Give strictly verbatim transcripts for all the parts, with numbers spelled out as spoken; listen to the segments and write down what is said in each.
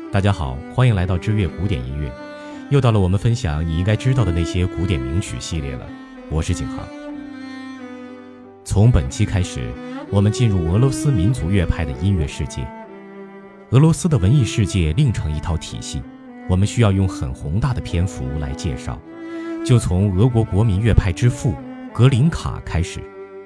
大家好，欢迎来到知乐古典音乐，又到了我们分享你应该知道的那些古典名曲系列了。我是景航。从本期开始，我们进入俄罗斯民族乐派的音乐世界。俄罗斯的文艺世界另成一套体系，我们需要用很宏大的篇幅来介绍，就从俄国国民乐派之父格林卡开始。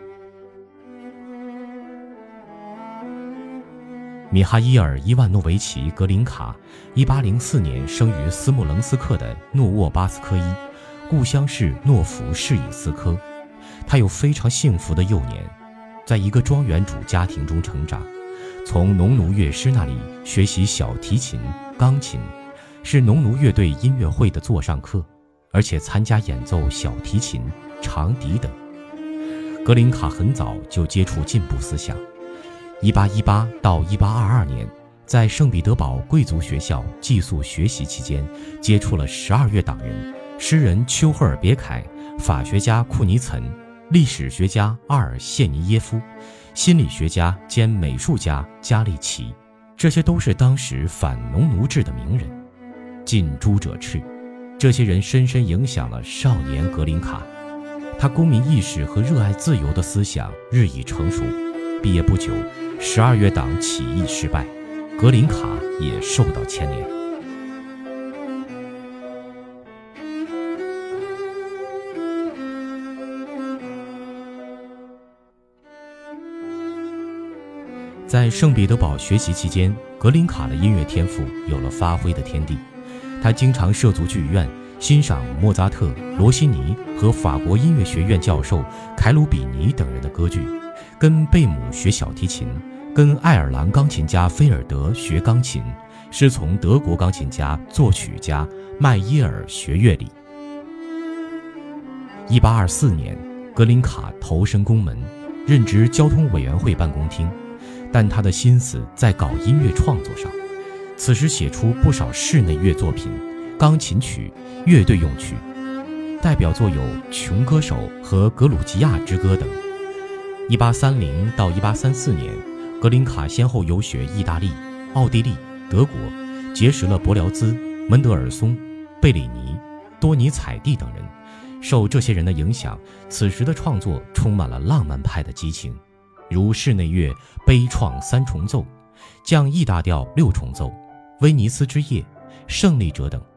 米哈伊尔·伊万诺维奇·格林卡一八零四年生于斯莫棱斯克的诺沃巴斯科伊，故乡是诺福士以斯科。他有非常幸福的幼年，在一个庄园主家庭中成长，从农奴乐师那里学习小提琴、钢琴，是农奴乐队音乐会的座上客，而且参加演奏小提琴、长笛等。格林卡很早就接触进步思想。一八一八到一八二二年，在圣彼得堡贵族学校寄宿学习期间，接触了十二乐党人、诗人丘赫尔别凯、法学家库尼岑、历史学家阿尔谢尼耶夫、心理学家兼美术家加利奇，这些都是当时反农奴制的名人。近朱者赤，这些人深深影响了少年格林卡，他公民意识和热爱自由的思想日益成熟。毕业不久，十二乐党起义失败，格林卡也受到牵连。在圣彼得堡学习期间，格林卡的音乐天赋有了发挥的天地。他经常涉足剧院，欣赏莫扎特、罗西尼和法国音乐学院教授凯鲁比尼等人的歌剧，跟贝姆学小提琴，跟爱尔兰钢琴家菲尔德学钢琴，师从德国钢琴家、作曲家麦耶尔学乐理。一八二四年，格林卡投身宫门，任职交通委员会办公厅，但他的心思在搞音乐创作上。此时写出不少室内乐作品、钢琴曲、乐队用曲，代表作有《穷歌手》和《格鲁吉亚之歌》等。一八三零到一八三四年，格林卡先后游学意大利、奥地利、德国，结识了柏辽兹、门德尔松、贝里尼、多尼采蒂等人。受这些人的影响，此时的创作充满了浪漫派的激情，如室内乐悲怆三重奏、降 E 大调六重奏、威尼斯之夜、胜利者等。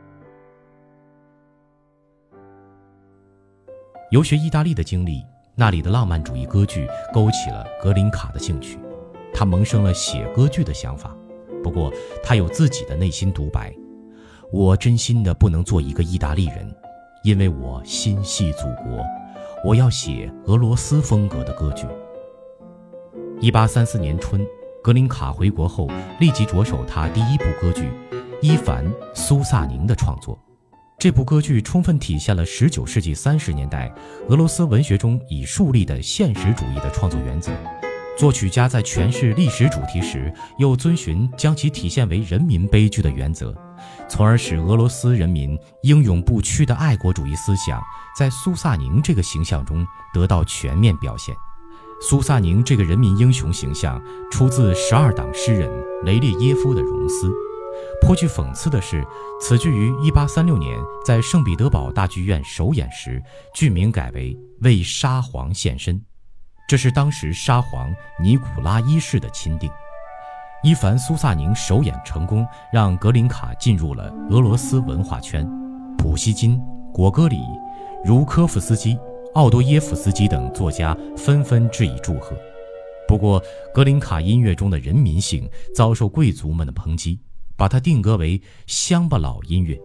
游学意大利的经历，那里的浪漫主义歌剧勾起了格林卡的兴趣，他萌生了写歌剧的想法。不过他有自己的内心独白：我真心的不能做一个意大利人，因为我心系祖国，我要写俄罗斯风格的歌剧。一八三四年春，格林卡回国后，立即着手他第一部歌剧《伊凡·苏萨宁》的创作。这部歌剧充分体现了十九世纪三十年代俄罗斯文学中已树立的现实主义的创作原则。作曲家在诠释历史主题时，又遵循将其体现为人民悲剧的原则，从而使俄罗斯人民英勇不屈的爱国主义思想在苏萨宁这个形象中得到全面表现。苏萨宁这个人民英雄形象出自十二党诗人雷列耶夫的荣思。颇具讽刺的是，此剧于一八三六年在圣彼得堡大剧院首演时，剧名改为为沙皇献身，这是当时沙皇尼古拉一世的钦定。伊凡·苏萨宁首演成功，让格林卡进入了俄罗斯文化圈，普希金、果戈里、茹科夫斯基、奥多耶夫斯基等作家纷纷致以祝贺。不过格林卡音乐中的人民性遭受贵族们的抨击，把它定格为乡巴佬音乐。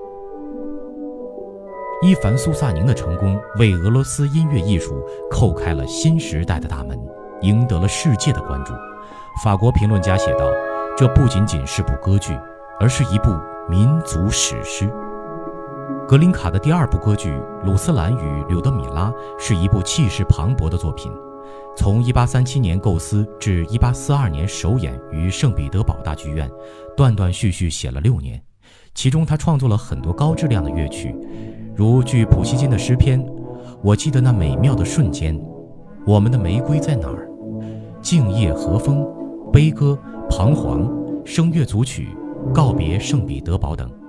伊凡·苏萨宁的成功为俄罗斯音乐艺术叩开了新时代的大门，赢得了世界的关注。法国评论家写道，这不仅仅是部歌剧，而是一部民族史诗。格林卡的第二部歌剧《鲁斯兰与柳德米拉》是一部气势磅礴的作品，从一八三七年构思至一八四二年首演于圣彼得堡大剧院，断断续续写了六年。其中他创作了很多高质量的乐曲，如据普希金的诗篇《我记得那美妙的瞬间》，我们的玫瑰在哪儿？静夜和风、悲歌、彷徨、声乐组曲、 告别圣彼得堡等。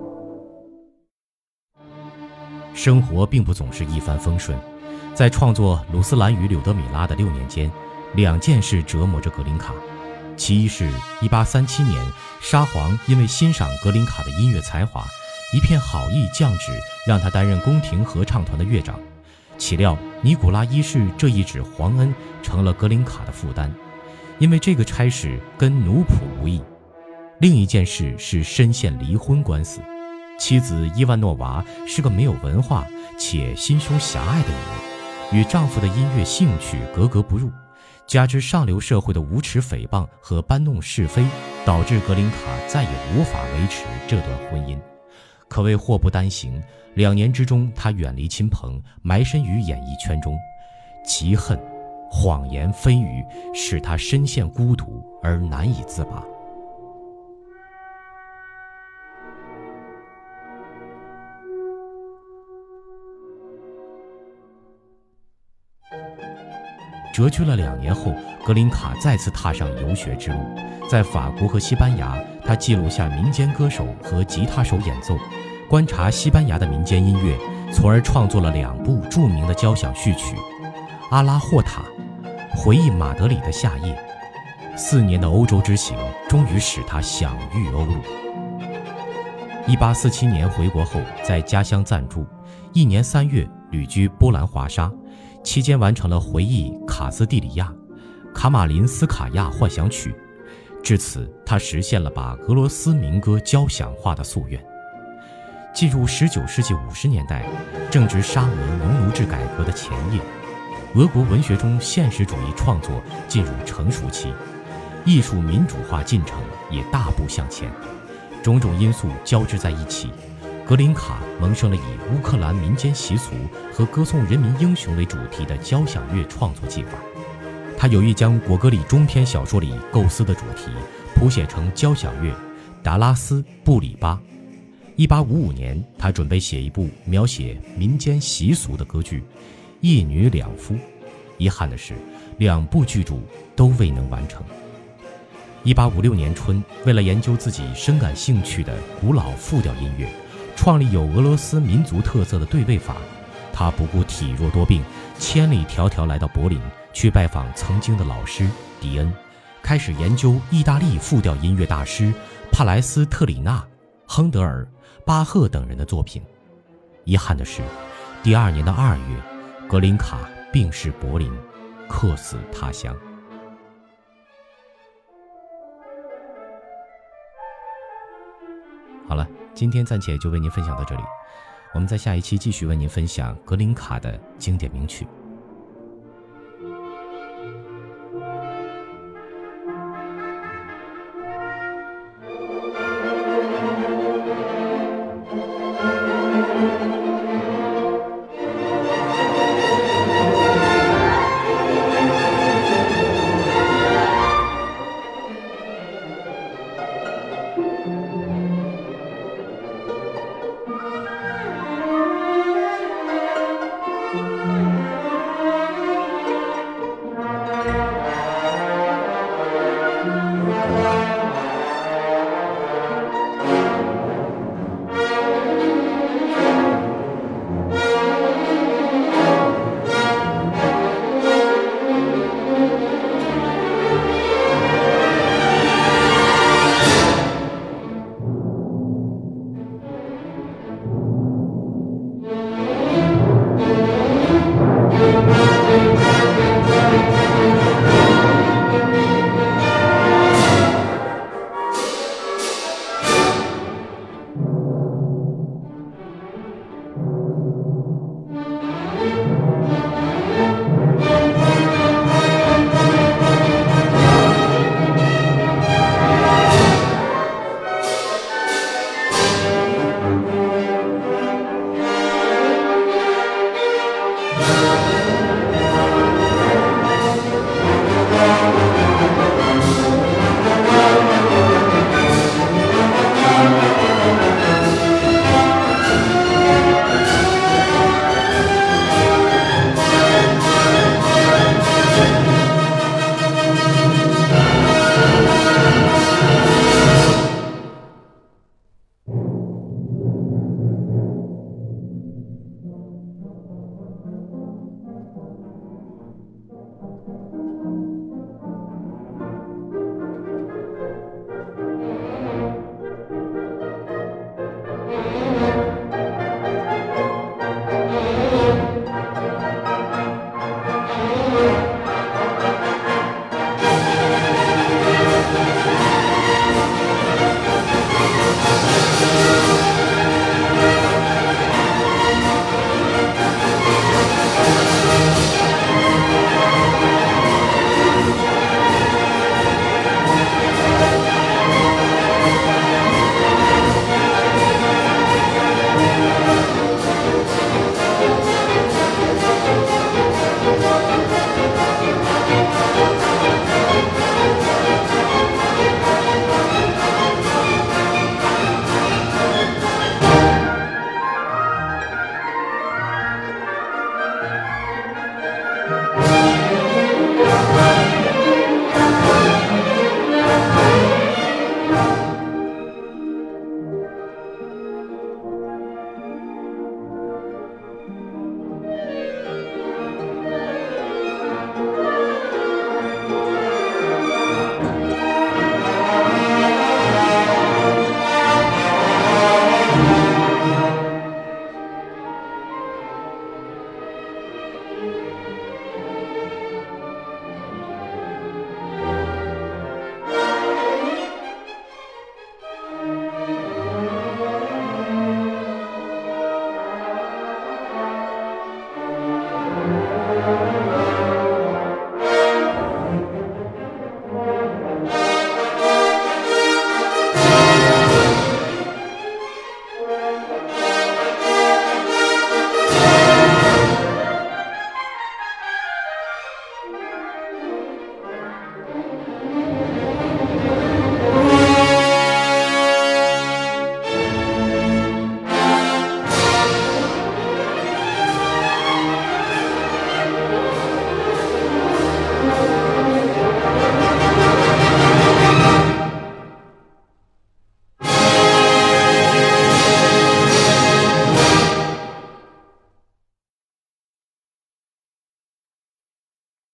生活并不总是一帆风顺，在创作《鲁斯兰与柳德米拉》的六年间，两件事折磨着格林卡。其一是一八三七年，沙皇因为欣赏格林卡的音乐才华，一片好意降旨让他担任宫廷合唱团的乐长。岂料尼古拉一世这一纸皇恩成了格林卡的负担，因为这个差事跟奴仆无异。另一件事是深陷离婚官司，妻子伊万诺娃是个没有文化且心胸狭隘的女人，与丈夫的音乐兴趣格格不入，加之上流社会的无耻诽谤和搬弄是非，导致格林卡再也无法维持这段婚姻，可谓祸不单行。两年之中，他远离亲朋，埋身于演艺圈中，嫉恨、谎言、蜚语使他深陷孤独而难以自拔。谪居了两年后，格林卡再次踏上游学之路。在法国和西班牙，他记录下民间歌手和吉他手演奏，观察西班牙的民间音乐，从而创作了两部著名的交响序曲《阿拉霍塔》回忆马德里的夏夜。四年的欧洲之行终于使他享誉欧陆。一八四七年回国后，在家乡暂住，一年三月旅居波兰华沙，期间完成了回忆卡斯蒂里亚、卡马林斯卡亚幻想曲。至此，他实现了把俄罗斯民歌交响化的夙愿。进入十九世纪五十年代，正值沙俄农奴制改革的前夜，俄国文学中现实主义创作进入成熟期，艺术民主化进程也大步向前。种种因素交织在一起，格林卡萌生了以乌克兰民间习俗和歌颂人民英雄为主题的交响乐创作计划。他有意将果戈里中篇小说里构思的主题谱写成交响乐《达拉斯布里巴》。一八五五年，他准备写一部描写民间习俗的歌剧《一女两夫》。遗憾的是，两部剧著都未能完成。一八五六年春，为了研究自己深感兴趣的古老复调音乐，创立有俄罗斯民族特色的对位法，他不顾体弱多病，千里迢迢来到柏林，去拜访曾经的老师迪恩，开始研究意大利复调音乐大师帕莱斯特里纳、亨德尔、巴赫等人的作品。遗憾的是，第二年的二月，格林卡病逝柏林，客死他乡。好了，今天暂且就为您分享到这里，我们在下一期继续为您分享格林卡的经典名曲。